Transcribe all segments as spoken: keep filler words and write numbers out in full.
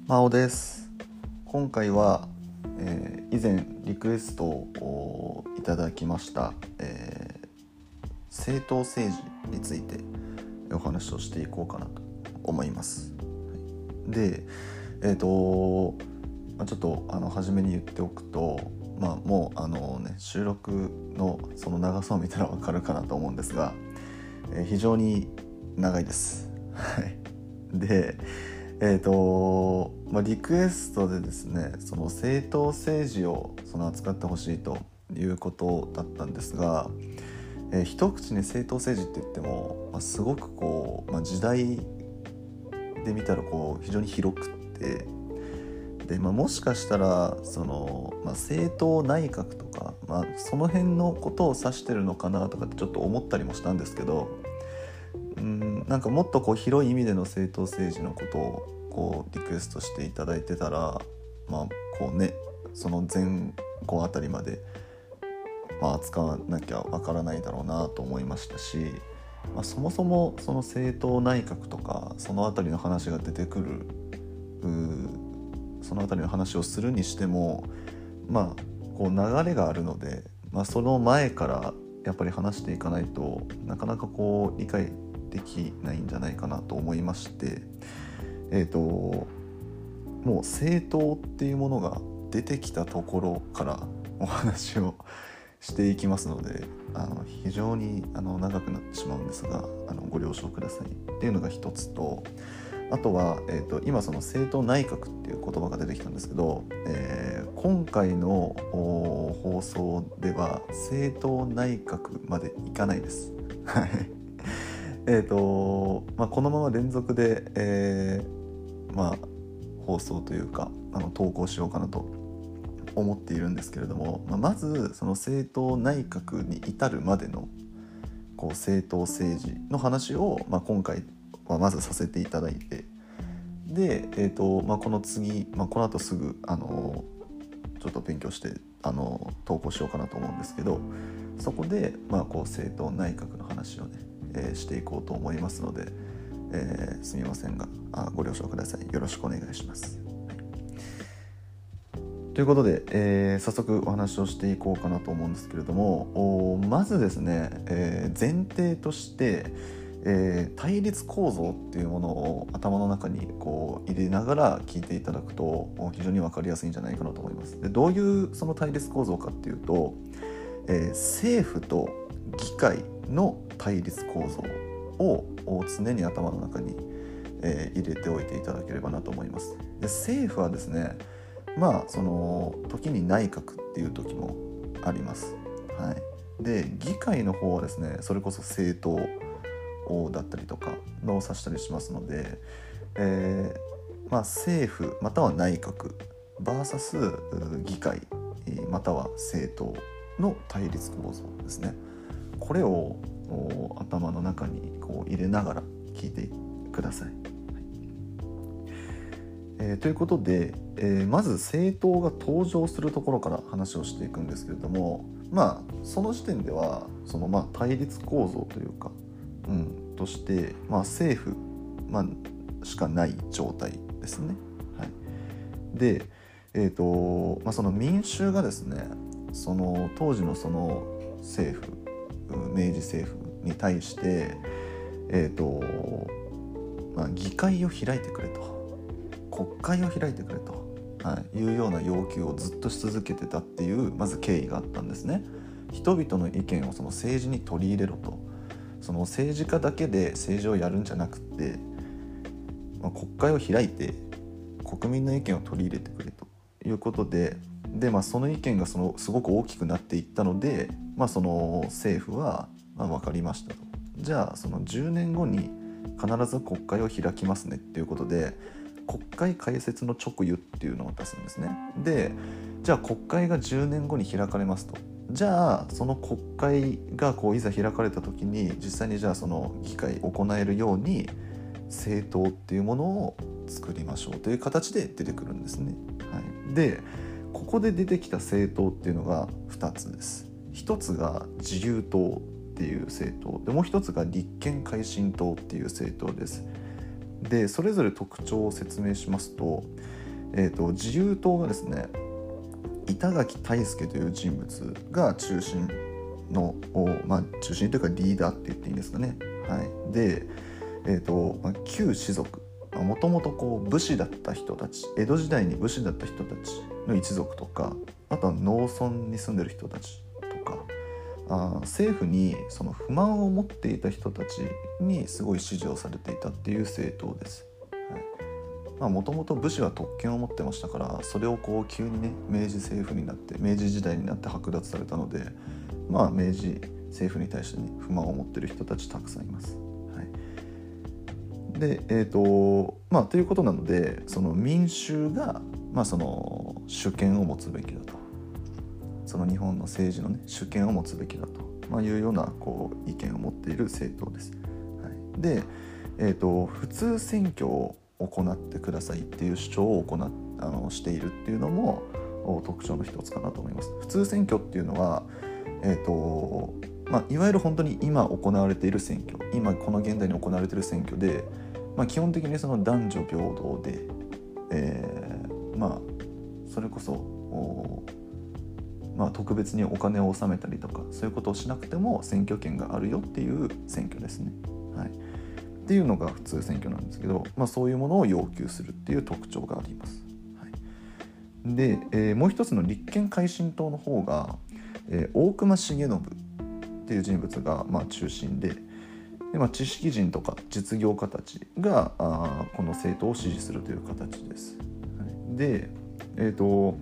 真央です。今回は、えー以前リクエストをいただきました、えー政党政治についてお話をしていこうかなと思います。で、えーとまあ、ちょっとあの初めに言っておくと、まあ、もうあの、ね、収録のその長さを見たら分かるかなと思うんですが、えー非常に長いです。はい。でえーとまあ、リクエストでですね、その政党政治をその扱ってほしいということだったんですが、えー一口に政党政治って言っても、まあ、すごくこう、まあ、時代で見たらこう非常に広くってで、まあ、もしかしたらその、まあ、政党内閣とか、まあ、その辺のことを指してるのかなとかってちょっと思ったりもしたんですけど、うんなんかもっとこう広い意味での政党政治のことをこうリクエストしていただいてたら、まあこうねその前後あたりまで、まあ、扱わなきゃわからないだろうなと思いましたし、まあ、そもそもその政党内閣とかそのあたりの話が出てくるうそのあたりの話をするにしても、まあこう流れがあるので、まあ、その前からやっぱり話していかないとなかなかこう理解できないんじゃないかなと思いまして、えーともう政党っていうものが出てきたところからお話をしていきますので、あの非常にあの長くなってしまうんですが、あのご了承くださいっていうのが一つと、あとは、えーと今その政党内閣っていう言葉が出てきたんですけど、えー今回のお放送では政党内閣までいかないです。はい。えーとまあ、このまま連続で、えーまあ、放送というかあの投稿しようかなと思っているんですけれども、まあ、まずその政党内閣に至るまでのこう政党政治の話を、まあ、今回はまずさせていただいて、で、えーとまあ、この次、まあ、この後すぐあのちょっと勉強してあの投稿しようかなと思うんですけど、そこで、まあ、こう政党内閣の話をね、えーしていこうと思いますので、えーすみませんがあご了承ください。よろしくお願いします。ということで、えー早速お話をしていこうかなと思うんですけれども、おまずですね、えー前提として、えー対立構造っていうものを頭の中にこう入れながら聞いていただくとお非常に分かりやすいんじゃないかなと思います。でどういうその対立構造かっていうと、えー政府と議会の対立構造を常に頭の中に、えー入れておいていただければなと思います。で政府はですね、まあその時に内閣っていう時もあります。はい。で議会の方はですね、それこそ政党だったりとかのを指したりしますので、えーまあ、政府または内閣 ブイエス 議会または政党の対立構造ですね。これを頭の中にこう入れながら聞いてください。えー、ということで、えーまず政党が登場するところから話をしていくんですけれども、まあその時点ではそのまあ対立構造というか、うん、として、まあ、政府、まあ、しかない状態ですね。はい、で、えーとまあ、その民衆がですね、その当時のその政府明治政府に対して、えーとまあ、議会を開いてくれと。国会を開いてくれと、はい、いうような要求をずっとし続けてたっていうまず経緯があったんですね。人々の意見をその政治に取り入れろと。その政治家だけで政治をやるんじゃなくて、まあ、国会を開いて国民の意見を取り入れてくれということで、で、まあ、その意見がそのすごく大きくなっていったので、まあ、その政府は、まあ、分かりましたと。じゃあそのじゅうねんごに必ず国会を開きますねっていうことで、国会開設の直輸っていうのを出すんですね。で、じゃあ国会がじゅうねんごに開かれますと。じゃあその国会がこういざ開かれた時に実際にじゃあその議会行えるように政党っていうものを作りましょうという形で出てくるんですね。はい、でここで出てきた政党っていうのがふたつです。ひとつが自由党っていう政党で、もう一つが立憲改進党っていう政党です。 でそれぞれ特徴を説明しますと、えーと、自由党がですね、板垣退助という人物が中心の、まあ、中心というかリーダーって言っていいんですかね。はい、で、えーとまあ、旧士族、もともと武士だった人たち、江戸時代に武士だった人たちの一族とか、あとは農村に住んでる人たちとか、あ政府にその不満を持っていた人たちにすごい支持をされていたっていう政党です。もともと武士は特権を持ってましたから、それをこう急にね明治政府になって明治時代になって剥奪されたので、まあ明治政府に対してね不満を持ってる人たちたくさんいます。はい、でえっ、ー、とまあということなので、その民衆がまあその主権を持つべきだと、その日本の政治のね主権を持つべきだと、まあ、いうようなこう意見を持っている政党です。はい、で、えーと、普通選挙を行ってくださいっていう主張を行っあのしているっていうのも特徴の一つかなと思います。普通選挙っていうのは、えーとまあ、いわゆる本当に今行われている選挙、今この現代に行われている選挙で、まあ、基本的にその男女平等で、えー、まあそれこそまあ、特別にお金を納めたりとかそういうことをしなくても選挙権があるよっていう選挙ですね。はい、っていうのが普通選挙なんですけど、まあ、そういうものを要求するっていう特徴があります。はい、で、えー、もう一つの立憲改進党の方が、えー、大隈重信っていう人物がまあ中心で、で、まあ、知識人とか実業家たちがあこの政党を支持するという形です。はい、で、えっと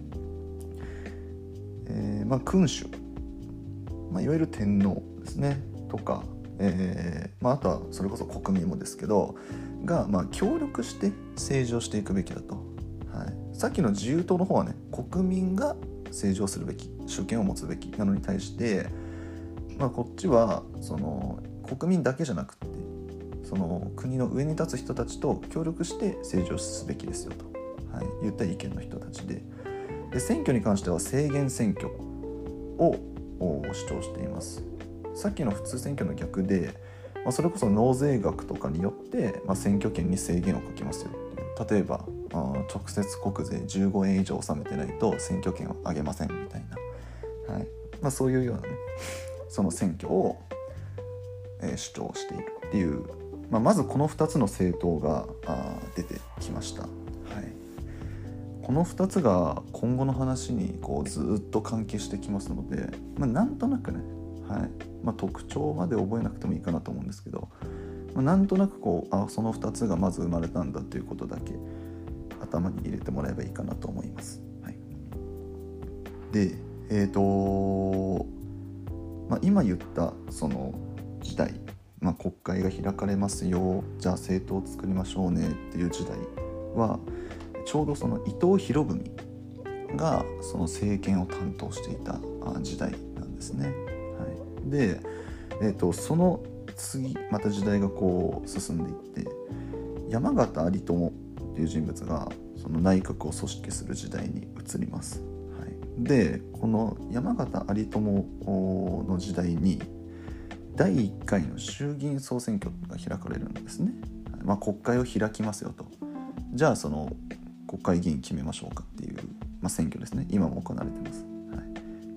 えーまあ、君主、まあ、いわゆる天皇ですねとか、えーまあ、あとはそれこそ国民もですけどが、まあ、協力して政治をしていくべきだと。はい、さっきの自由党の方はね、国民が政治をするべき、主権を持つべきなのに対して、まあ、こっちはその国民だけじゃなくてその国の上に立つ人たちと協力して政治をすべきですよと、はい、言った意見の人たちで、で選挙に関しては制限選挙を主張しています。さっきの普通選挙の逆で、まあ、それこそ納税額とかによって、まあ、選挙権に制限をかけますよっていう、例えばあ直接国税じゅうごえん以上納めてないと選挙権をあげませんみたいな、はいまあ、そういうようなねその選挙を、えー、主張しているっていう、まあ、まずこのふたつの政党があ出てきました。はい、このふたつが今後の話にこうずっと関係してきますので、まあ、なんとなくね、はいまあ、特徴まで覚えなくてもいいかなと思うんですけど、まあ、なんとなくこうあそのふたつがまず生まれたんだということだけ頭に入れてもらえばいいかなと思います。はい、で、えーとまあ、今言ったその時代、まあ、国会が開かれますよ、じゃあ政党を作りましょうねっていう時代はちょうどその伊藤博文がその政権を担当していた時代なんですね。はい、で、えーと、その次また時代がこう進んでいって、山縣有朋っていう人物がその内閣を組織する時代に移ります。はい、でこの山縣有朋の時代にだいいっかいの衆議院総選挙が開かれるんですね。まあ、国会を開きますよと。じゃあその国会議員決めましょうかっていう、まあ、選挙ですね。今も行われています。はい、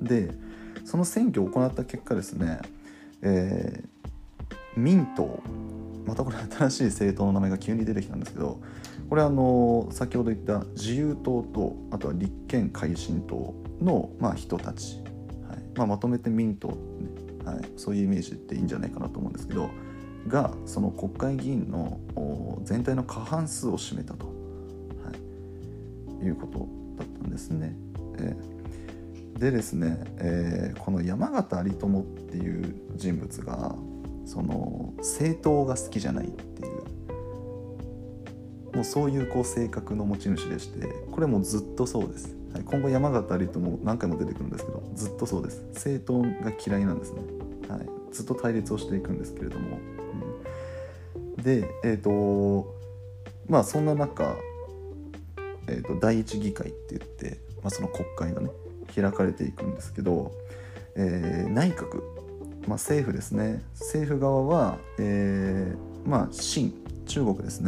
でその選挙を行った結果ですね、えー、民党、またこれ新しい政党の名前が急に出てきたんですけど、これはあの先ほど言った自由党とあとは立憲改進党の、まあ、人たち、はいまあ、まとめて民党、ねはい、そういうイメージでいいんじゃないかなと思うんですけどが、その国会議員の全体の過半数を占めたと、はい、いうことだったんですね。えー、でですね、えー、この山縣有朋っていう人物がその政党が好きじゃないっていう、もうそういうこう性格の持ち主でして、これもずっとそうです。はい、今後山縣有朋何回も出てくるんですけど、ずっとそうです。政党が嫌いなんですね。はい、ずっと対立をしていくんですけれども、うん、で、えーとまあそんな中、えーと第一議会って言って、まあ、その国会がね開かれていくんですけど、えー、内閣、まあ、政府ですね、政府側は、えー、まあ清、中国ですねと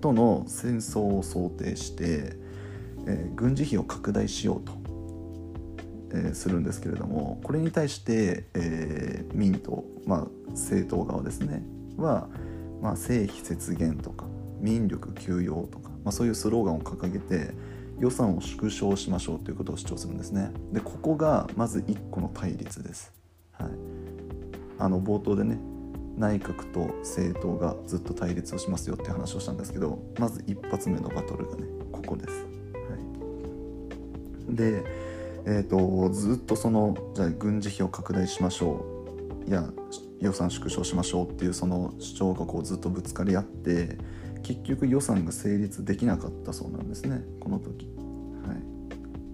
との戦争を想定して、えー、軍事費を拡大しようと、えー、するんですけれども、これに対して、えー、民党、まあ、政党側ですねは、まあ、政費節減とか民力休養とか、まあ、そういうスローガンを掲げて予算を縮小しましょうということを主張するんですね。でここがまず一個の対立です、はい、あの冒頭でね内閣と政党がずっと対立をしますよっていう話をしたんですけど、まず一発目のバトルがねここです、はい、で、えーと、ずっとそのじゃあ軍事費を拡大しましょういや予算縮小しましょうっていうその主張がこうずっとぶつかり合って、結局予算が成立できなかったそうなんですねこの時、はい、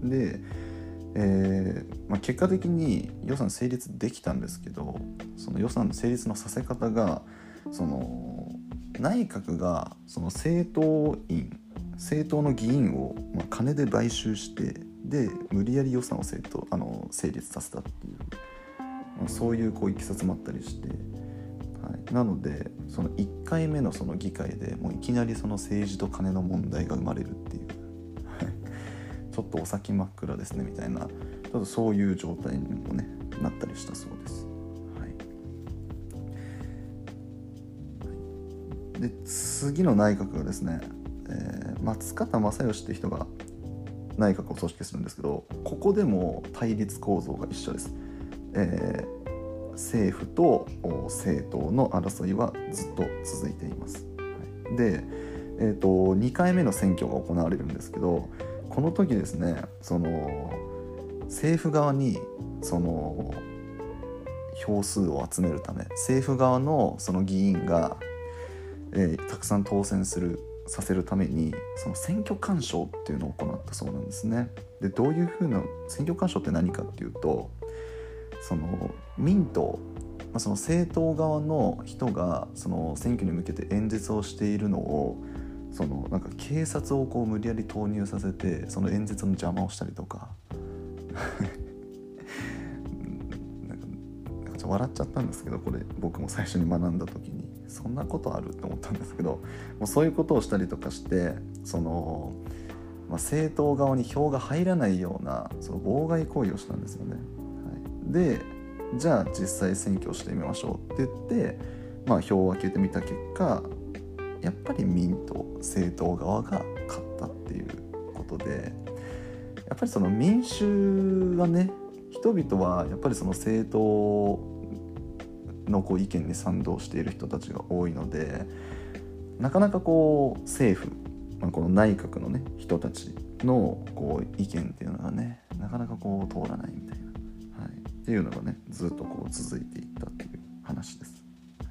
で、えーまあ、結果的に予算成立できたんですけど、その予算の成立のさせ方がその内閣がその政党員政党の議員をまあ金で買収してで無理やり予算を成党あの成立させたっていう、まあ、そういうこういきさつもあったりして、はい、なのでそのいっかいめのその議会でもういきなりその政治と金の問題が生まれるっていうちょっとお先真っ暗ですねみたいな、ちょっとそういう状態にもねなったりしたそうです、はい、で次の内閣がですね、えー、松方正義って人が内閣を組織するんですけど、ここでも対立構造が一緒です、えー、政府と政党の争いはずっと続いています、はい、で、えーと、にかいめの選挙が行われるんですけど、この時ですねその政府側にその票数を集めるため政府側のその議員が、えー、たくさん当選するさせるためにその選挙干渉っていうのを行ったそうなんですね。でどういうふうな選挙干渉って何かっていうと、その民党、まあ、その政党側の人がその選挙に向けて演説をしているのをそのなんか警察をこう無理やり投入させてその演説の邪魔をしたりとかなんかなんかちょっと笑っちゃったんですけど、これ僕も最初に学んだ時にそんなことあるって思ったんですけど、もうそういうことをしたりとかしてその、まあ、政党側に票が入らないようなその妨害行為をしたんですよね、はい、でじゃあ実際選挙をしてみましょうって言って、まあ、票を開けてみた結果やっぱり民党政党側が勝ったっていうことで、やっぱりその民衆がね、人々はやっぱりその政党のこう意見に賛同している人たちが多いので、なかなかこう政府、まあ、この内閣のね人たちのこう意見っていうのがねなかなかこう通らないみたいな、はい、っていうのがねずっとこう続いていったっていう話です、はい、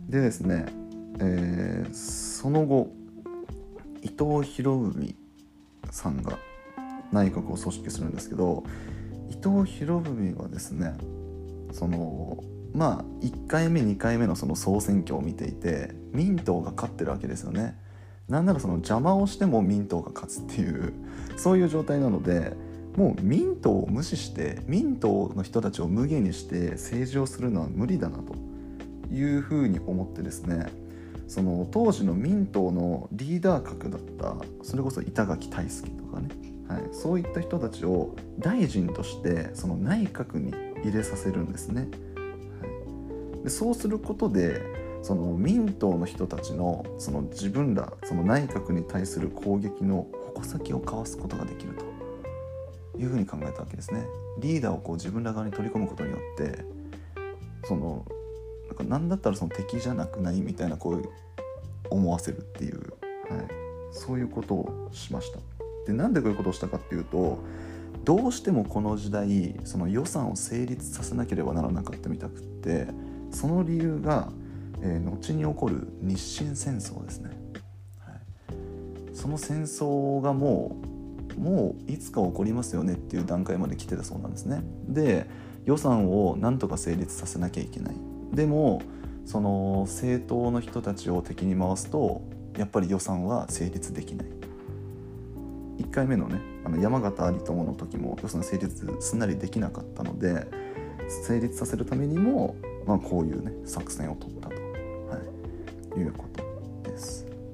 でですねえー、その後伊藤博文さんが内閣を組織するんですけど、伊藤博文はですねそのまあいっかいめにかいめのその総選挙を見ていて民党が勝ってるわけですよね。なんならその邪魔をしても民党が勝つっていうそういう状態なので、もう民党を無視して民党の人たちを無下にして政治をするのは無理だなというふうに思ってですね、その当時の民党のリーダー格だったそれこそ板垣退助とかね、はい、そういった人たちを大臣としてその内閣に入れさせるんですね、はい、でそうすることでその民党の人たちのその自分らその内閣に対する攻撃の矛先をかわすことができるというふうに考えたわけですね。リーダーをこう自分ら側に取り込むことによってそのなんか何だったらその敵じゃなくないみたいなこう思わせるっていう、はい、そういうことをしました。でなんでこういうことをしたかっていうと、どうしてもこの時代その予算を成立させなければならなかったみたくって、その理由が、えー、後に起こる日清戦争ですね、はい、その戦争がもうもういつか起こりますよねっていう段階まで来てたそうなんですね。で予算をなんとか成立させなきゃいけない。でもその政党の人たちを敵に回すとやっぱり予算は成立できない。いっかいめのねあの山形有朋の時も予算成立すんなりできなかったので、成立させるためにも、まあ、こういうね作戦を取ったと、はい、いうことです。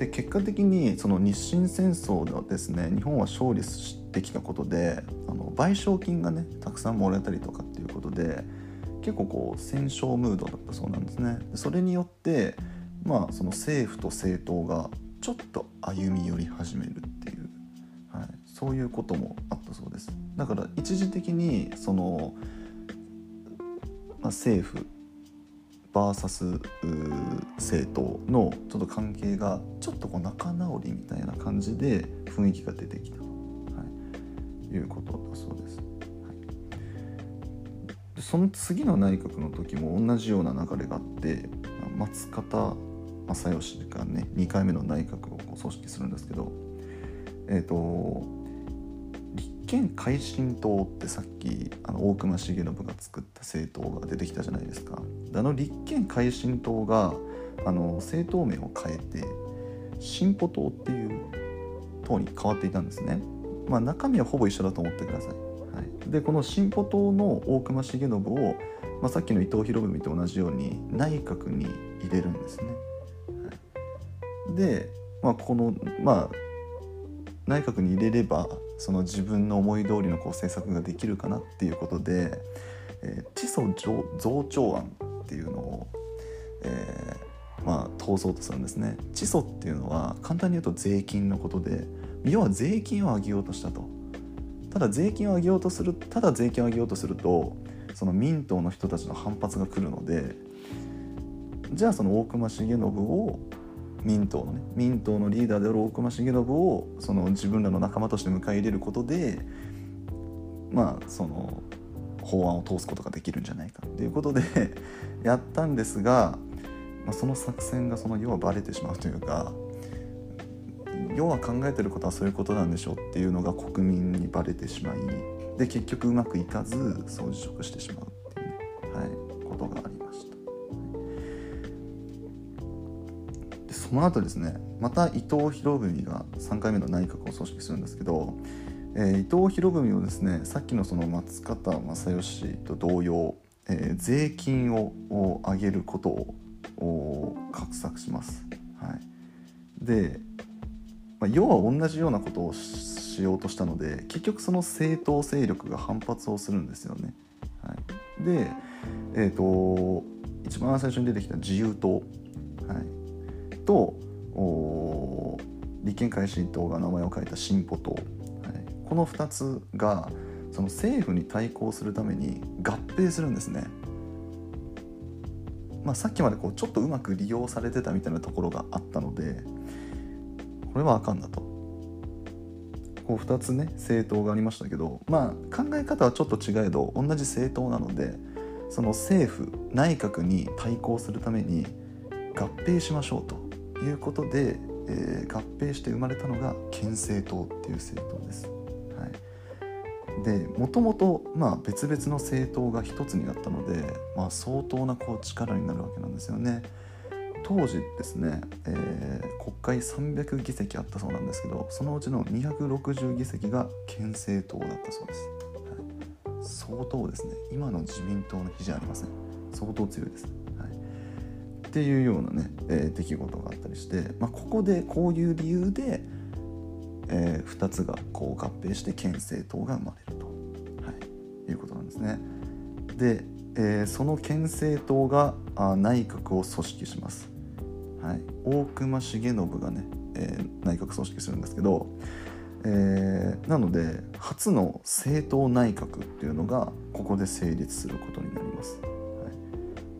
で結果的にその日清戦争ではですね、日本は勝利してきたことで、あの賠償金がねたくさんもらえたりとかっていうことで、結構こう戦勝ムードだったそうなんですね。でそれによってまあその政府と政党がちょっと歩み寄り始めるっていう、はい、そういうこともあったそうです。だから一時的にその、まあ、政府 ブイエス 政党のちょっと関係がちょっとこう仲直りみたいな感じで雰囲気が出てきたと、はい、いうことだそうです。でその次の内閣の時も同じような流れがあって、松方正義がねにかいめの内閣をこう組織するんですけど、えっと立憲改進党ってさっきあの大隈重信が作った政党が出てきたじゃないですか。であの立憲改進党があの政党名を変えて進歩党っていう党に変わっていたんですね。まあ中身はほぼ一緒だと思ってください。はい、でこの進歩党の大隈重信を、まあ、さっきの伊藤博文と同じように内閣に入れるんですね。はい、で、まあ、このまあ内閣に入れればその自分の思い通りのこう政策ができるかなっていうことで、えー、地租増長案っていうのを、えーまあ、通そうとするんですね。地租っていうのは簡単に言うと税金のことで、要は税金を上げようとしたと。ただ税金を上げようとするただ税金を上げようとするとその民党の人たちの反発が来るので、じゃあその大隈重信を民党のね民党のリーダーである大隈重信をその自分らの仲間として迎え入れることで、まあその法案を通すことができるんじゃないかということでやったんですが、まあ、その作戦がその要はバレてしまうというか、要は考えてることはそういうことなんでしょうっていうのが国民にバレてしまい、で結局うまくいかず総辞職してしまうっていう、ね、はい、ことがありました。でその後ですね、また伊藤博文がさんかいめの内閣を組織するんですけど、えー、伊藤博文をですね、さっきのその松方正義と同様、えー、税金を上げることを画策します。はい、でまあ、要は同じようなことをしようとしたので、結局その政党勢力が反発をするんですよね。はい、で、えーと、一番最初に出てきた自由党、はい、と立憲改進党が名前を変えた進歩党、はい、このふたつがその政府に対抗するために合併するんですね。まあ、さっきまでこうちょっとうまく利用されてたみたいなところがあったので、これはあかんだと。こうふたつね政党がありましたけど、まあ考え方はちょっと違えど同じ政党なので、その政府内閣に対抗するために合併しましょうということで、えー、合併して生まれたのが憲政党っていう政党です。はい、でもともとまあ別々の政党が一つになったので、まあ、相当なこう力になるわけなんですよね。当時ですね、えー、国会さんびゃくぎせきあったそうなんですけど、そのうちのにひゃくろくじゅうぎせきが憲政党だったそうです。はい、相当ですね、今の自民党の比じゃありません。相当強いです。はい、っていうようなね、えー、出来事があったりして、まあ、ここでこういう理由で、えー、ふたつがこう合併して憲政党が生まれると、はい、いうことなんですね。で、えー、その憲政党があ内閣を組織します。はい、大隈重信がね、えー、内閣組織するんですけど、えー、なので初の政党内閣っていうのがここで成立することになります。はい、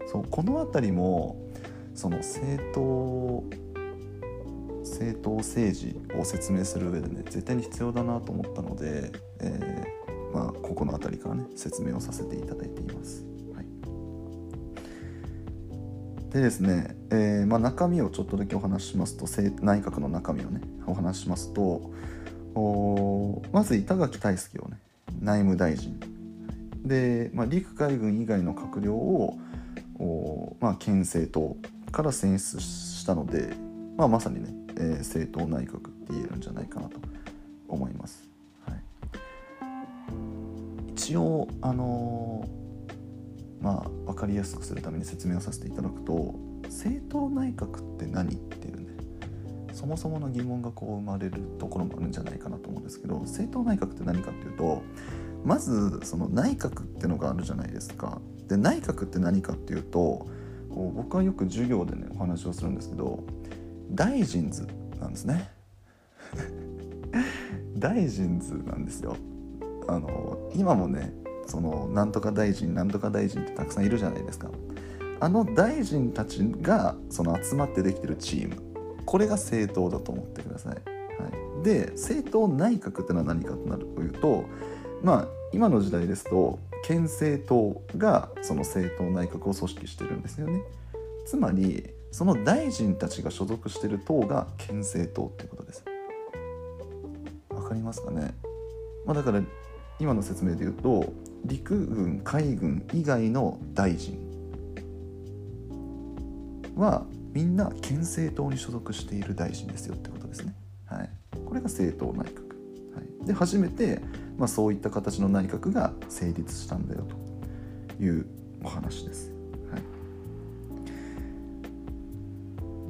そうこのあたりもその政党政党政治を説明する上でね絶対に必要だなと思ったので、えーまあ、ここのあたりからね説明をさせていただいています。でですね、えーまあ、中身をちょっとだけお話ししますと、内閣の中身をねお話ししますと、まず板垣退助をね内務大臣で、まあ、陸海軍以外の閣僚を、まあ、憲政党から選出したので、まあ、まさにね、えー、政党内閣って言えるんじゃないかなと思います。はい、一応あのーまあ、分かりやすくするために説明をさせていただくと、政党内閣って何っていうね、 そもそもの疑問がこう生まれるところもあるんじゃないかなと思うんですけど、政党内閣って何かっていうと、まずその内閣ってのがあるじゃないですか。で内閣って何かっていうと、僕はよく授業でねお話をするんですけど、大臣図なんですね大臣図なんですよ。あの今もね、そのなんとか大臣なんとか大臣ってたくさんいるじゃないですか。あの大臣たちがその集まってできてるチーム、これが政党だと思ってください。はい、で政党内閣ってのは何かとなるというと、まあ今の時代ですと県政党がその政党内閣を組織してるんですよね。つまりその大臣たちが所属している党が県政党っていうことです。わかりますかね。まあ、だから今の説明で言うと、陸軍海軍以外の大臣はみんな県政党に所属している大臣ですよってことですね。はい、これが政党内閣、はい、で初めて、まあ、そういった形の内閣が成立したんだよというお話です。はい、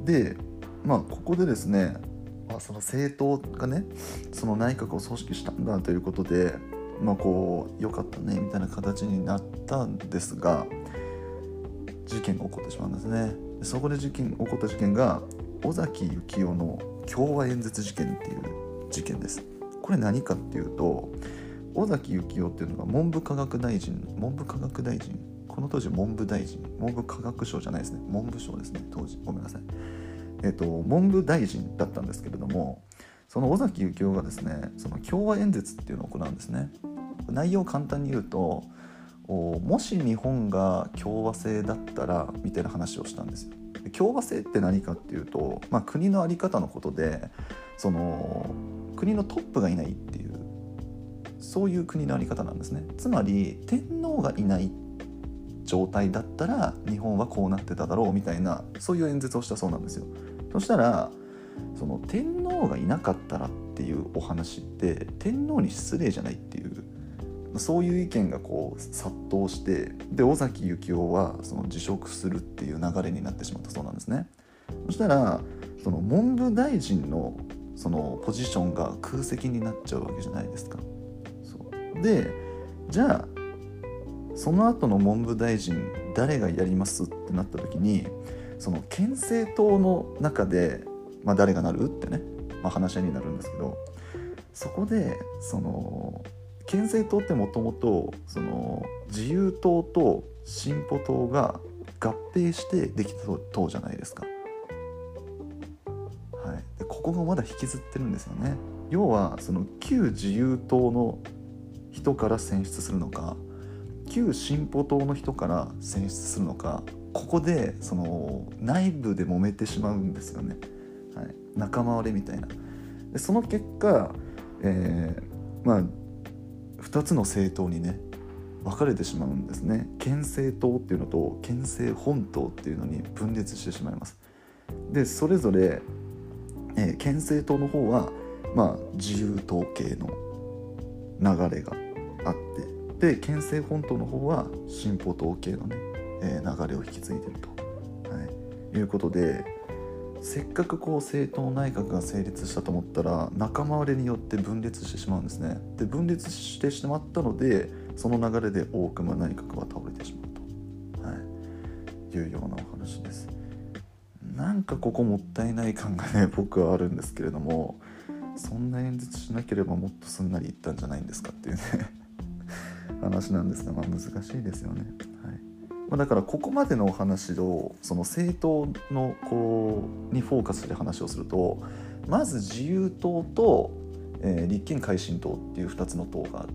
で、まあここでですね、まあ、その政党がねその内閣を組織したんだということで、まあこう良かったねみたいな形になったんですが、事件が起こってしまうんですね。そこで事件起こった事件が尾崎幸夫の共和演説事件っていう事件です。これ何かっていうと、尾崎幸夫っていうのが文部科学大臣文部科学大臣この当時文部大臣文部科学省じゃないですね、文部省ですね、当時ごめんなさい、えっと文部大臣だったんですけれども、その尾崎幸夫がですね、その共和演説っていうのを行うんですね。内容を簡単に言うと、もし日本が共和制だったらみたいな話をしたんですよ。共和制って何かっていうと、まあ、国の在り方のことで、その国のトップがいないっていう、そういう国の在り方なんですね。つまり天皇がいない状態だったら日本はこうなってただろうみたいな、そういう演説をしたそうなんですよ。そしたらその天皇がいなかったらっていうお話って天皇に失礼じゃないっていう、そういう意見がこう殺到して、で尾崎幸夫はその辞職するっていう流れになってしまったそうなんですね。そしたらその文部大臣のそのポジションが空席になっちゃうわけじゃないですか。そうで、じゃあその後の文部大臣誰がやりますってなった時に、その県政党の中で、まあ、誰がなるってね、まあ、話し合いになるんですけど、そこでその県政党ってもともとその自由党と進歩党が合併してできた党じゃないですか。はい、でここがまだ引きずってるんですよね。要はその旧自由党の人から選出するのか、旧進歩党の人から選出するのか、ここでその内部で揉めてしまうんですよね。はい、仲間割れみたいな。でその結果、えー、まあふたつの政党にね分かれてしまうんですね。県政党っていうのと県政本党っていうのに分裂してしまいます。でそれぞれ、えー、県政党の方は、まあ、自由党系の流れがあって、で県政本党の方は進歩党系のね、えー、流れを引き継いでいると、はい、いうことで、せっかくこう政党内閣が成立したと思ったら仲間割れによって分裂してしまうんですね。で分裂してしまったので、その流れで大隈内閣は倒れてしまうと、はい、いうようなお話です。なんかここもったいない感がね僕はあるんですけれども、そんな演説しなければもっとすんなりいったんじゃないんですかっていうね話なんですが、まあ、難しいですよね。はい、まあ、だからここまでのお話をその政党のこうにフォーカスで話をすると、まず自由党と、えー、立憲改進党っていうふたつの党があって、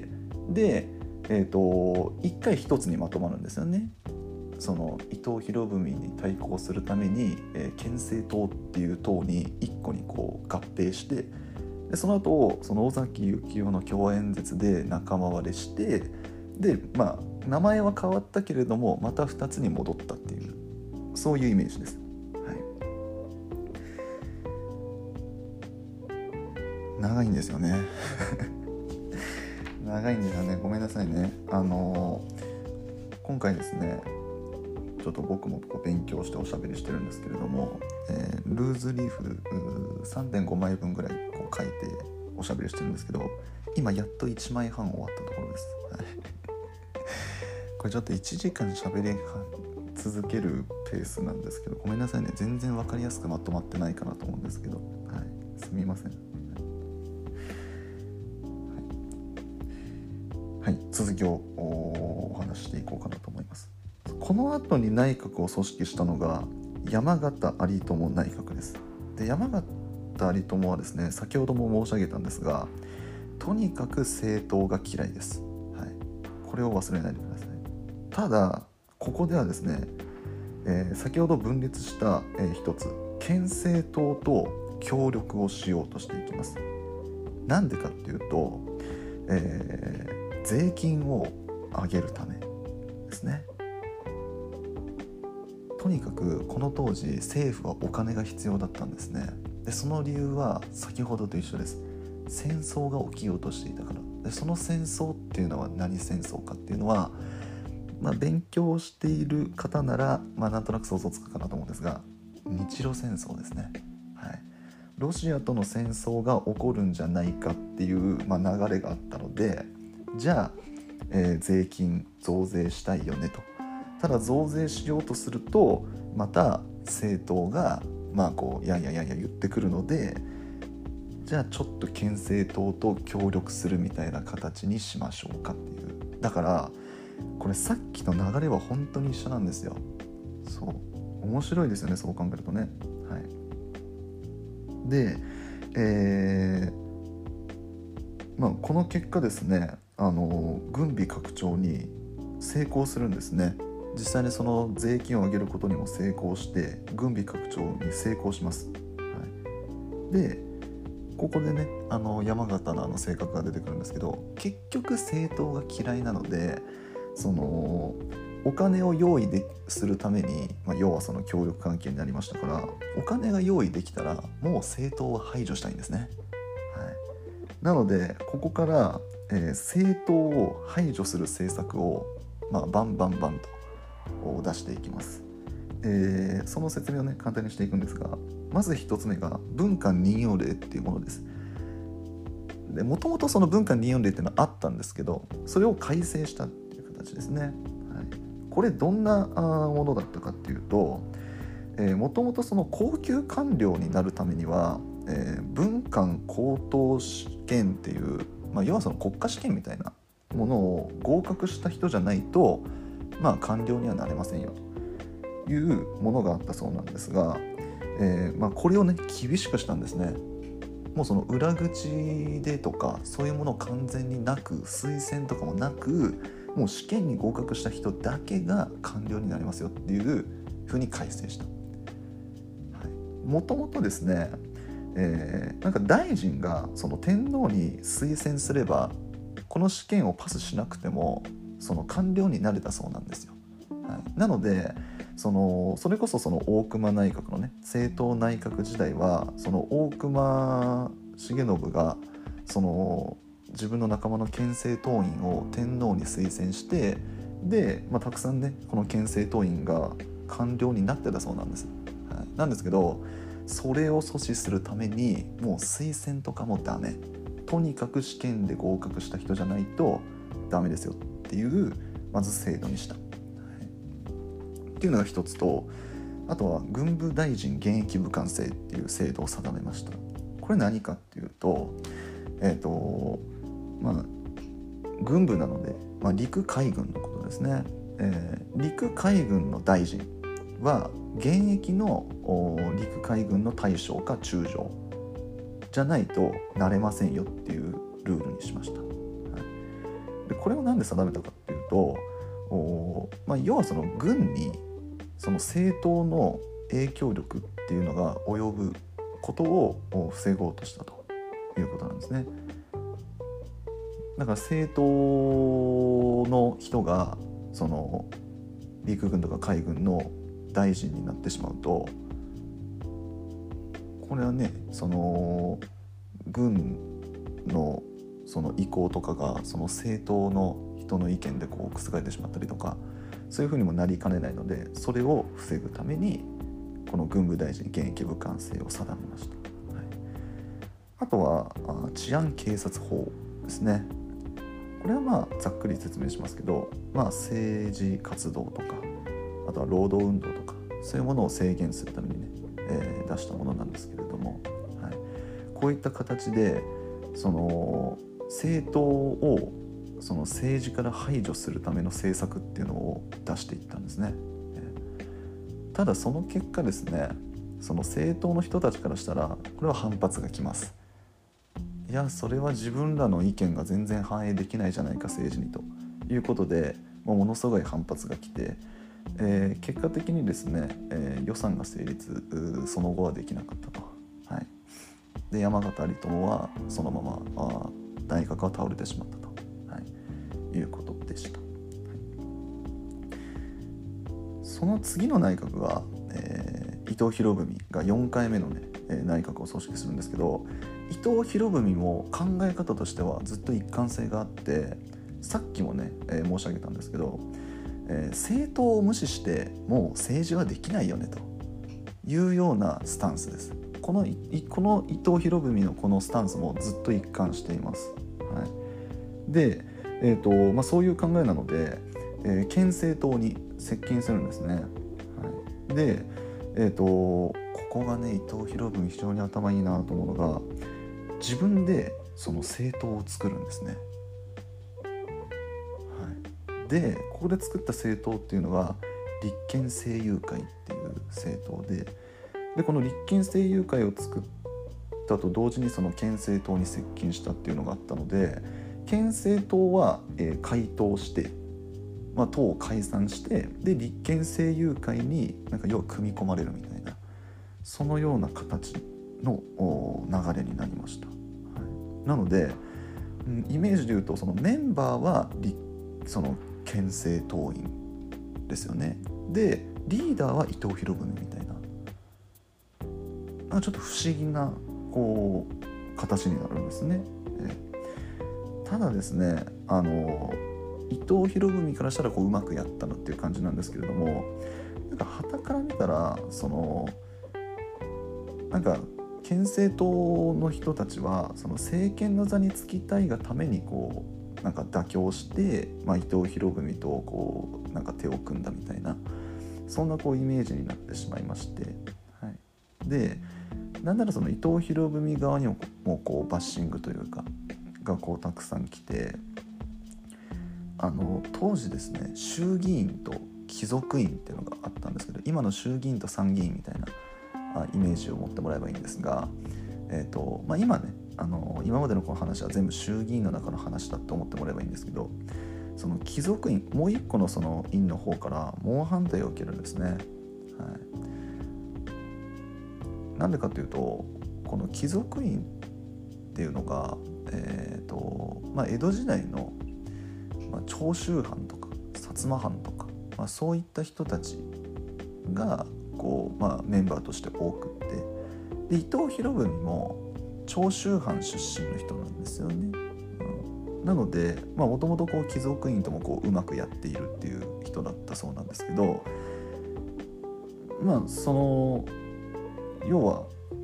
で、えーと、いっかいひとつにまとまるんですよね。その伊藤博文に対抗するために、えー、県政党っていう党にいっこにこう合併して、でその後その尾崎幸夫の共和演説で仲間割れして、でまあ名前は変わったけれどもまたふたつに戻ったっていう、そういうイメージです。はい、長いんですよね長いんですよね、ごめんなさいね。あのー、今回ですねち人と僕もこう勉強しておしゃべりしてるんですけれども、えー、ルーズリーフ さんてんごまいぶんぐらいこう書いておしゃべりしてるんですけど、今やっといちまいはん終わったところです。これちょっといちじかんしゃべり続けるペースなんですけど、ごめんなさいね、全然分かりやすくまとまってないかなと思うんですけど、はい、すみません。はい、続きをお話していこうかなと思います。この後に内閣を組織したのが山形有朋内閣です。で、山形有朋はですね、先ほども申し上げたんですが、とにかく政党が嫌いです。はい、これを忘れないでください。ただここではですね、えー、先ほど分裂した、えー、一つ県政党と協力をしようとしていきます。なんでかっていうと、えー税金を上げるためですね。とにかくこの当時政府はお金が必要だったんですね。でその理由は先ほどと一緒です。戦争が起きようとしていたから。でその戦争っていうのは何戦争かっていうのは、まあ、勉強している方なら、まあ、なんとなく想像つくかなと思うんですが、日露戦争ですね。はい、ロシアとの戦争が起こるんじゃないかっていう、まあ、流れがあったので、じゃあ、えー、税金増税したいよねと。ただ増税しようとするとまた政党がまあこういやいやいやいや言ってくるので、じゃあちょっと県政党と協力するみたいな形にしましょうかっていう。だからこれさっきの流れは本当に一緒なんですよ。そう面白いですよね、そう考えるとね。はい、で、えーまあ、この結果ですね、あの軍備拡張に成功するんですね。実際にその税金を上げることにも成功して軍備拡張に成功します。はい、でここでね、あの山形のあの性格が出てくるんですけど、結局政党が嫌いなので、そのお金を用意でするために、まあ、要はその協力関係になりましたから、お金が用意できたらもう政党を排除したいんですね。はい、なのでここから、えー、政党を排除する政策を、まあ、バンバンバンと出していきます。えー、その説明をね簡単にしていくんですが、まず一つ目が文官任用令っていうものです。でもともとその文官任用令っていうのはあったんですけど、それを改正したっていう形ですね。はい、これどんなものだったかっていうと、もともとその高級官僚になるためには、えー、文官高等試験っていう、まあ、要はその国家試験みたいなものを合格した人じゃないと、まあ、官僚にはなれませんよというものがあったそうなんですが、えーまあ、これをね厳しくしたんですね。もうその裏口でとかそういうもの完全になく、推薦とかもなく、もう試験に合格した人だけが官僚になりますよっていうふうに改正した。もともとですね、えー、なんか大臣がその天皇に推薦すればこの試験をパスしなくてもその官僚になれたそうなんですよ。はい、なのでそのそれこそその大隈内閣のね政党内閣時代は、その大隈重信がその自分の仲間の県政党員を天皇に推薦して、で、まあ、たくさんねこの県政党員が官僚になってたそうなんです。はい、なんですけど、それを阻止するためにもう推薦とかもダメ、とにかく試験で合格した人じゃないとダメですよっていうまず制度にした。はい、っていうのが一つと、あとは軍部大臣現役武官制っていう制度を定めました。これ何かっていうと、えっとまあ軍部なので、まあ、陸海軍のことですね。えー、陸海軍の大臣は現役の陸海軍の大将か中将じゃないとなれませんよっていうルールにしました。はい、でこれをなんで定めたかっていうと、お、まあ、要はその軍にその政党の影響力っていうのが及ぶことを防ごうとしたということなんですね。だから政党の人がその陸軍とか海軍の大臣になってしまうと、これはねその軍のその意向とかがその政党の人の意見でこう覆ってしまったりとか、 そういうふうにもなりかねないので、それを防ぐためにこの軍部大臣現役武官制を定めました。はい、あとは治安警察法ですね。これはまあざっくり説明しますけど、まあ、政治活動とか、あとは労働運動とか、そういうものを制限するためにね、えー、出したものなんですけれども、はい、こういった形でその政党をその政治から排除するための政策っていうのを出していったんですね。ただその結果ですね、その政党の人たちからしたらこれは反発がきます。いや、それは自分らの意見が全然反映できないじゃないか政治にということで、もうものすごい反発が来て、えー、結果的にですね、えー、予算が成立その後はできなかったと。はい、で山縣有朋はそのままあ内閣は倒れてしまったと、はい、いうことでした。はい、その次の内閣が、えー、伊藤博文がよんかいめの、ね、内閣を組織するんですけど、伊藤博文も考え方としてはずっと一貫性があって、さっきもね、えー、申し上げたんですけど、えー、政党を無視してもう政治はできないよねというようなスタンスです。この、この伊藤博文のこのスタンスもずっと一貫しています。はい、で、えーとまあ、そういう考えなので、えー、県政党に接近するんですね。はい、で、えーと、ここがね伊藤博文非常に頭いいなと思うのが、自分でその政党を作るんですね。はい、でここで作った政党っていうのが立憲政友会っていう政党で、でこの立憲政友会を作ったと同時にその県政党に接近したっていうのがあったので、県政党は、えー、解党して、まあ、党を解散して、で立憲政友会になんか要は組み込まれるみたいな、そのような形の流れになりました。はい、なので、うん、イメージで言うとそのメンバーはその県政党員ですよね。でリーダーは伊藤博文みたいな、なんかちょっと不思議なこう形になるんですね。えただですね、あの伊藤博文からしたらこううまくやったなっていう感じなんですけれども、なんか傍から見たらそのなんか県政党の人たちはその政権の座につきたいがためにこうなんか妥協して、まあ、伊藤博文とこうなんか手を組んだみたいな、そんなこうイメージになってしまいまして、はい、でなんならその伊藤博文側にももうこうバッシングというかがこうたくさん来て、あの当時ですね衆議院と貴族院っていうのがあったんですけど、今の衆議院と参議院みたいなイメージを持ってもらえばいいんですが、えーとまあ、今ねあの今までのこの話は全部衆議院の中の話だと思ってもらえばいいんですけど、その貴族院もう一個のその院の方から猛反対を受けるんですね。はい、なんでかというと、この貴族院っていうのが、えーとまあ、江戸時代の、まあ、長州藩とか薩摩藩とか、まあ、そういった人たちがこう、まあ、メンバーとして多くって、で伊藤博文も長州藩出身の人なんですよね。うん、なのでもともと貴族院ともこううまくやっているっていう人だったそうなんですけど、まあその要は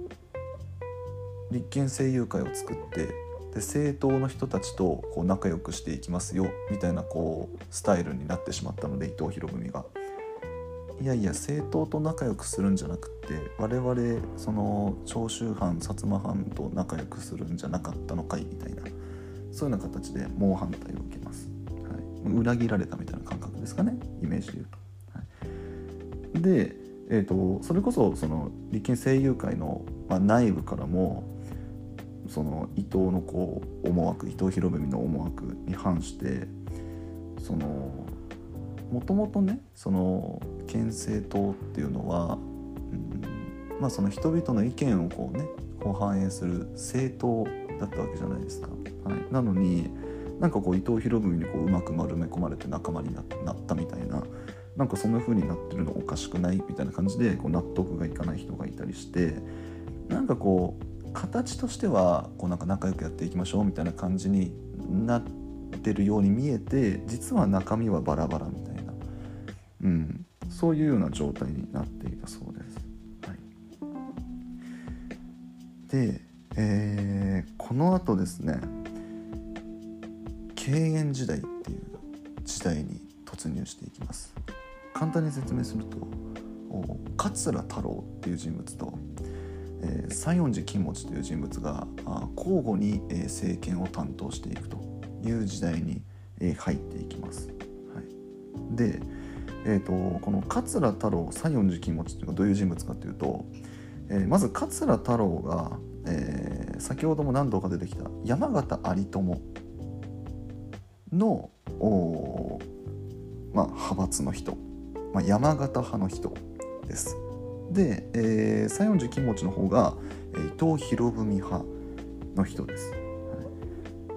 立憲政友会を作って、で政党の人たちとこう仲良くしていきますよみたいなこうスタイルになってしまったので、伊藤博文がいやいや政党と仲良くするんじゃなくて、我々その長州藩薩摩藩と仲良くするんじゃなかったのかいみたいな、そういうような形で猛反対を受けます。はい、裏切られたみたいな感覚ですかね、イメージで言うと。はい、で、えーと、それこそその立憲政友会の、まあ、内部からもその伊藤のこう思惑、伊藤博文の思惑に反して、そのもともとねその県政党っていうのは、うんまあ、その人々の意見をこうねこう反映する政党だったわけじゃないですか。はい、なのになんかこう伊藤博文にこううまく丸め込まれて仲間になったみたいな、なんかそんな風になってるのおかしくないみたいな感じでこう納得がいかない人がいたりして、なんかこう形としてはこうなんか仲良くやっていきましょうみたいな感じになってるように見えて、実は中身はバラバラみたいな、 うん、そういうような状態になっていたそうです。はい、で、えー、この後ですね、敬遠時代っていう時代に突入していきます。簡単に説明すると、桂太郎っていう人物と、えー、西園寺金持という人物が交互に、えー、政権を担当していくという時代に、えー、入っていきます。はい、で、えーと、この桂太郎、西園寺金持っていうのはどういう人物かというと、えー、まず桂太郎が、えー、先ほども何度か出てきた山県有朋の、まあ、派閥の人、まあ、山形派の人です。で、えー、西園寺金持の方が、えー、伊藤博文派の人です。はい、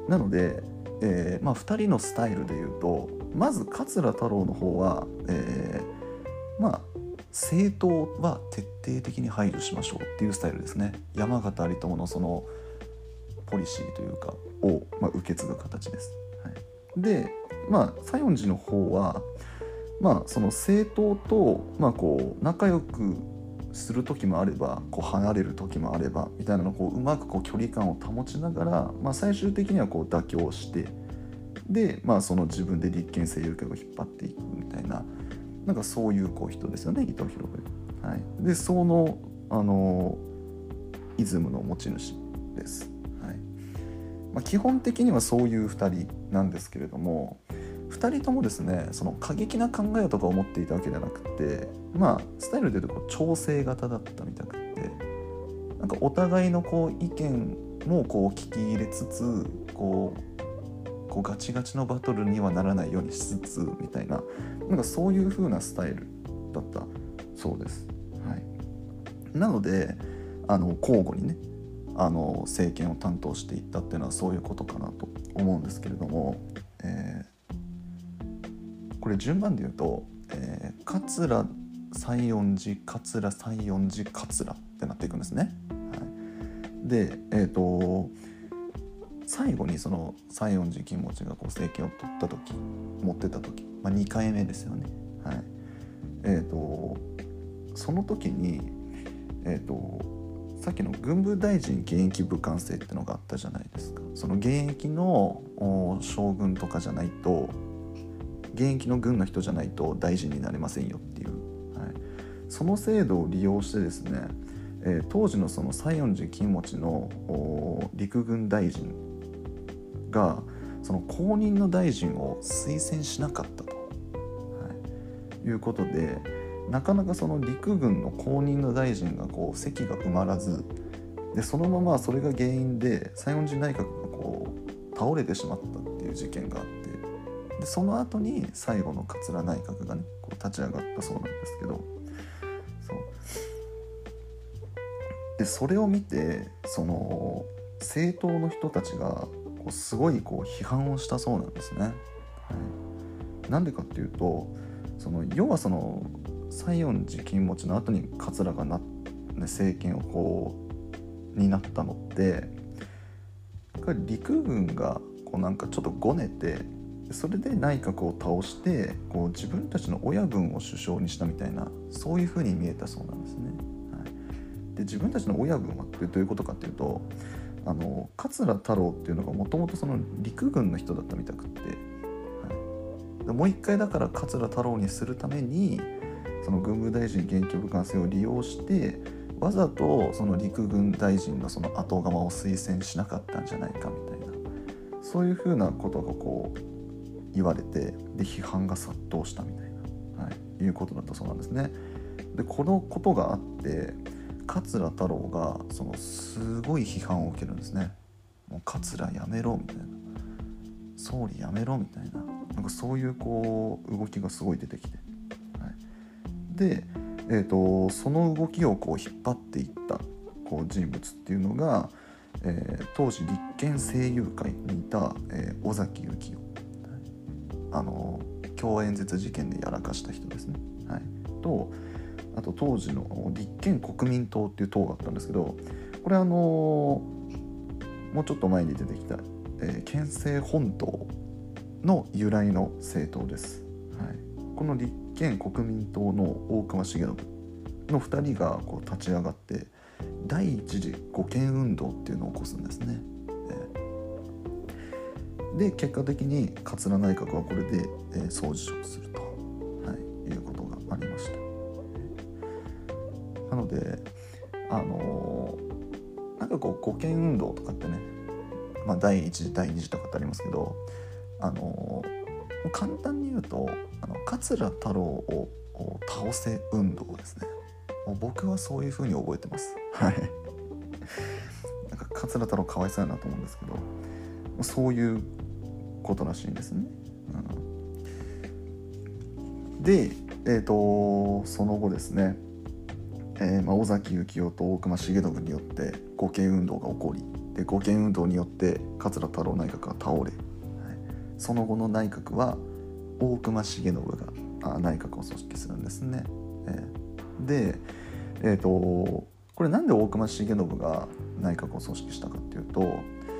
なので、えーまあ、ふたりのスタイルでいうと、まず桂太郎の方は、えー、まあ政党は徹底的に排除しましょうっていうスタイルですね。山形有朋のそのポリシーというかを、まあ、受け継ぐ形です。はい、で、まあ西園寺の方は、まあ、その政党と、まあ、こう仲良くする時もあれば、こう離れる時もあればみたいなのをこううまくこう距離感を保ちながら、まあ、最終的にはこう妥協して、で、まあ、その自分で立憲政友会を引っ張っていくみたいな、なんかそういうこう人ですよね、伊藤博文。はい、でその、あのイズムの持ち主です。はい、まあ、基本的にはそういうふたりなんですけれども、ふたりともですね、その過激な考えとかを持っていたわけじゃなくて、まあスタイルでいうとこう調整型だったみたくて、なんかお互いのこう意見もこう聞き入れつつ、こうこうガチガチのバトルにはならないようにしつつみたいな、なんかそういう風なスタイルだったそうです。はい、なのであの交互にね、あの政権を担当していったっていうのはそういうことかなと思うんですけれども、えーこれ順番で言うと、えー、桂西園寺桂西園寺桂ってなっていくんですね。はい、で、えーと最後にその西園寺金持がこう政権を取った時、持ってた時、まあ、にかいめですよね。はい、えーとその時に、えーとさっきの軍部大臣現役武官制ってのがあったじゃないですか。その現役の将軍とかじゃないと、現役の軍の人じゃないと大臣になれませんよっていう、はい、その制度を利用してですね、えー、当時のその西園寺金持の陸軍大臣がその後任の大臣を推薦しなかったと、はい、いうことで、なかなかその陸軍の後任の大臣がこう席が埋まらず、でそのままそれが原因で西園寺内閣がこう倒れてしまったっていう事件があって、でその後に最後の桂内閣がねこう立ち上がったそうなんですけど、そうでそれを見て、その政党の人たちがこうすごいこう批判をしたそうなんですね。はい、なんでかっていうと、その要はその西園寺金持の後に桂がな、ね、政権をこうになったのって、陸軍がこうなんかちょっとごねて、それで内閣を倒してこう自分たちの親分を首相にしたみたいな、そういう風に見えたそうなんですね。はい、で自分たちの親分はどういうことかっていうと、あの桂太郎っていうのがもともとその陸軍の人だったみたくって、はい、でもう一回だから桂太郎にするためにその軍部大臣現役武官制を利用して、わざとその陸軍大臣のその後釜を推薦しなかったんじゃないかみたいな、そういう風なことがこう言われて、で批判が殺到したみたいな、はい、いうことだったそうなんですね。でこのことがあって桂太郎がそのすごい批判を受けるんですね。もう桂やめろみたいな、総理やめろみたいな、なんかそういうこう動きがすごい出てきて、はい、で、えーと、その動きをこう引っ張っていったこう人物っていうのが、えー、当時立憲政友会にいた、えー、尾崎幸夫、あの共和演説事件でやらかした人ですね。はい、とあと当時の立憲国民党っていう党があったんですけど、これあのもうちょっと前に出てきた、えー、憲政本党の由来の政党です。はい、この立憲国民党の大隈重信のふたりがこう立ち上がって第一次護憲運動っていうのを起こすんですね。で結果的に桂内閣はこれで、えー、総辞職すると、はい、いうことがありました。なのであのー、なんかこう護憲運動とかってね、まあ、第一次第二次とかってありますけど、あのー、簡単に言うとあの桂太郎を倒せ運動ですね。僕はそういう風に覚えてます。はい。なんか桂太郎かわいそうやなと思うんですけど、そういうことらしいんですね。うん、で、えーと、その後ですね、えーまあ、尾崎幸男と大隈重信によって護憲運動が起こり、で護憲運動によって桂太郎内閣が倒れ、はい、その後の内閣は大隈重信があ内閣を組織するんですね。えー、で、えーと、これなんで大隈重信が内閣を組織したかっていうと、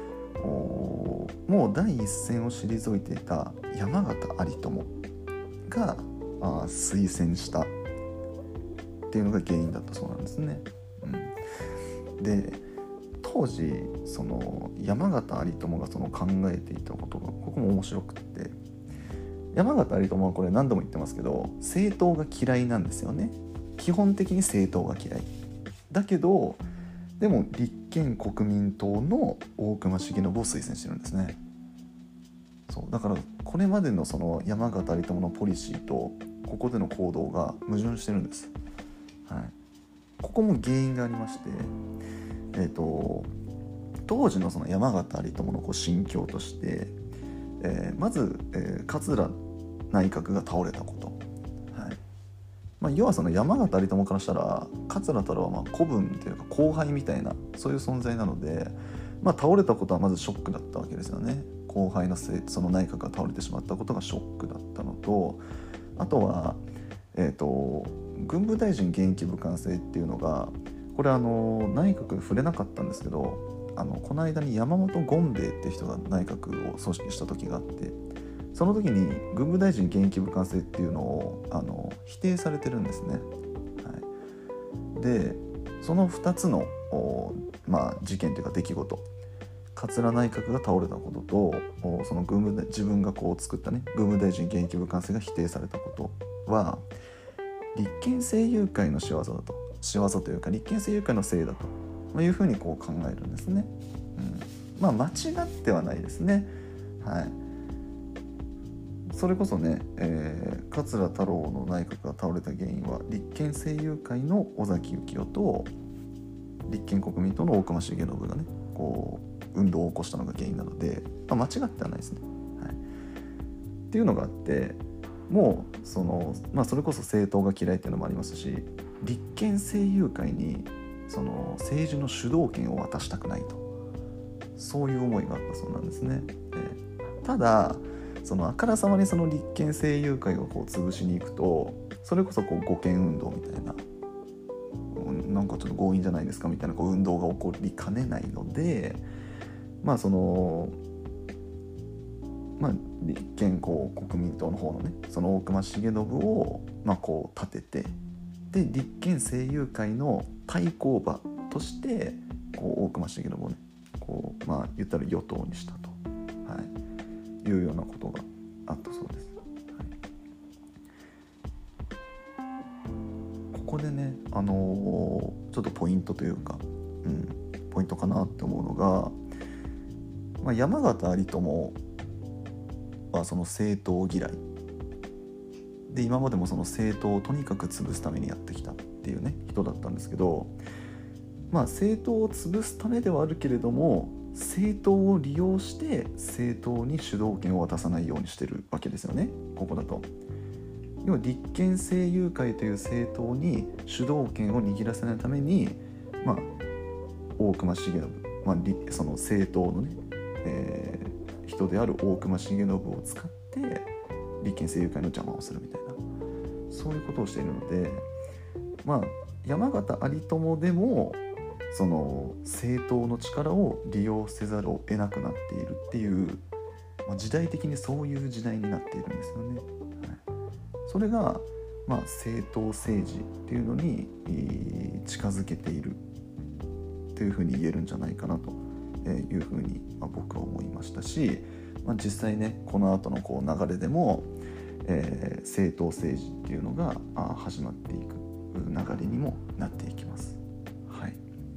もう第一線を退いていた山縣有朋があ推薦したっていうのが原因だったそうなんですね。うん、で当時その山縣有朋がその考えていたことがここも面白くって、山縣有朋はこれ何度も言ってますけど政党が嫌いなんですよね。基本的に政党が嫌いだけど、でも立憲国民党の大隈重信を推薦してるんですね。そうだからこれまでのその山縣有朋のポリシーとここでの行動が矛盾してるんです。はい、ここも原因がありまして、えーと、当時のその山縣有朋のこう心境として、えー、まず、えー、桂内閣が倒れたこと、はいまあ、要はその山縣有朋からしたら桂太郎はまあ子分というか後輩みたいなそういう存在なので、まあ、倒れたことはまずショックだったわけですよね。後輩のせいその内閣が倒れてしまったことがショックだったのと、あとは、えーと、軍部大臣現役武官制っていうのがこれあの内閣に触れなかったんですけど、あのこの間に山本権兵衛っていう人が内閣を組織した時があって、その時に軍部大臣現役武官制っていうのをあの否定されてるんですね。はい、でそのふたつの、まあ、事件というか出来事、桂内閣が倒れたこととその軍部自分がこう作ったね軍部大臣現役武官制が否定されたことは立憲政友会の仕業だと仕業というか立憲政友会のせいだというふうにこう考えるんですね。うん、まあ間違ってはないですね。はい、それこそね、えー、桂太郎の内閣が倒れた原因は立憲政友会の尾崎幸男と立憲国民党の大隈重信がねこう運動を起こしたのが原因なので、まあ、間違ってはないですね。はい、っていうのがあって、もうその、まあ、それこそ政党が嫌いっていうのもありますし、立憲政友会にその政治の主導権を渡したくないと、そういう思いがあったそうなんですね。えー、ただそのあからさまにその立憲政友会をこう潰しに行くと、それこそこう護憲運動みたいな、なんかちょっと強引じゃないですかみたいなこう運動が起こりかねないので、まあそのまあ立憲こう国民党の方のねその大隈重信をまあこう立てて、で立憲政友会の対抗馬としてこう大隈重信をねこうまあ言ったら与党にしたと、はい、いうようなことがあったそうです。ここでね、あのー、ちょっとポイントというか、うん、ポイントかなって思うのが、まあ、山縣有朋はその政党嫌いで、今までもその政党をとにかく潰すためにやってきたっていうね人だったんですけど、まあ政党を潰すためではあるけれども政党を利用して政党に主導権を渡さないようにしてるわけですよね。ここだと要は立憲政友会という政党に主導権を握らせないために、まあ、大隈重信、まあ、その政党のね、えー、人である大隈重信を使って立憲政友会の邪魔をするみたいな、そういうことをしているので、まあ、山縣有朋でもその政党の力を利用せざるを得なくなっているっていう、まあ、時代的にそういう時代になっているんですよね。それがまあ、正当政治っていうのに近づけているっていうふうに言えるんじゃないかなというふうに僕は思いましたし、まあ、実際ねこの後のこう流れでも、えー、正当政治っていうのが始まっていく流れにもなっていきます。はい、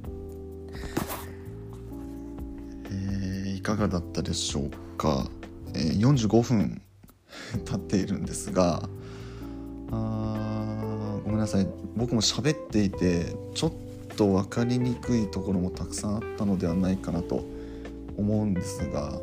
えー、いかがだったでしょうか。えー、よんじゅうごふん経っているんですが、あごめんなさい、僕も喋っていてちょっと分かりにくいところもたくさんあったのではないかなと思うんですが、はい、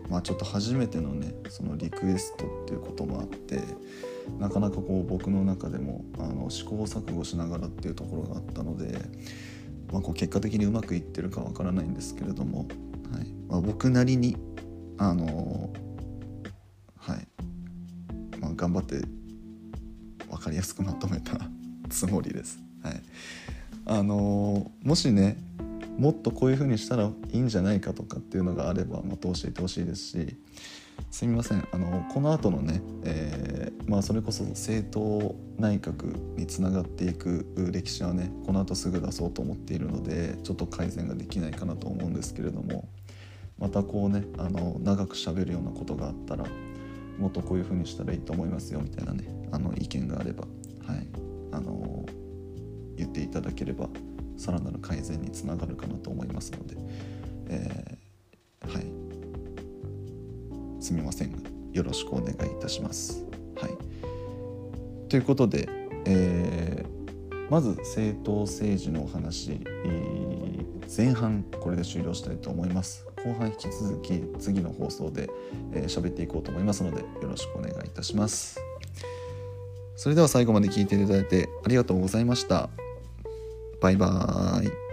まあ、ちょっと初めてのねそのリクエストっていうこともあってなかなかこう僕の中でもあの試行錯誤しながらっていうところがあったので、まあ、こう結果的にうまくいってるかわからないんですけれども、はい、まあ、僕なりにあのはい、まあ、頑張って分かりやすくまとめたつもりです。はい、あのもしねもっとこういう風にしたらいいんじゃないかとかっていうのがあればまた教えてほしいですし、すみません、あのこの後のね、えーまあ、それこそ政党内閣につながっていく歴史はねこの後すぐ出そうと思っているのでちょっと改善ができないかなと思うんですけれども、またこうねあの長く喋るようなことがあったらもっとこういう風にしたらいいと思いますよみたいなねあの意見があれば、はい、あの言っていただければさらなる改善につながるかなと思いますので、えー、はいすみませんがよろしくお願いいたします。はい、ということで、えー、まず政党政治のお話、えー、前半これで終了したいと思います。後半引き続き次の放送で喋、えー、っていこうと思いますのでよろしくお願いいたします。それでは最後まで聞いていただいてありがとうございました。バイバーイ。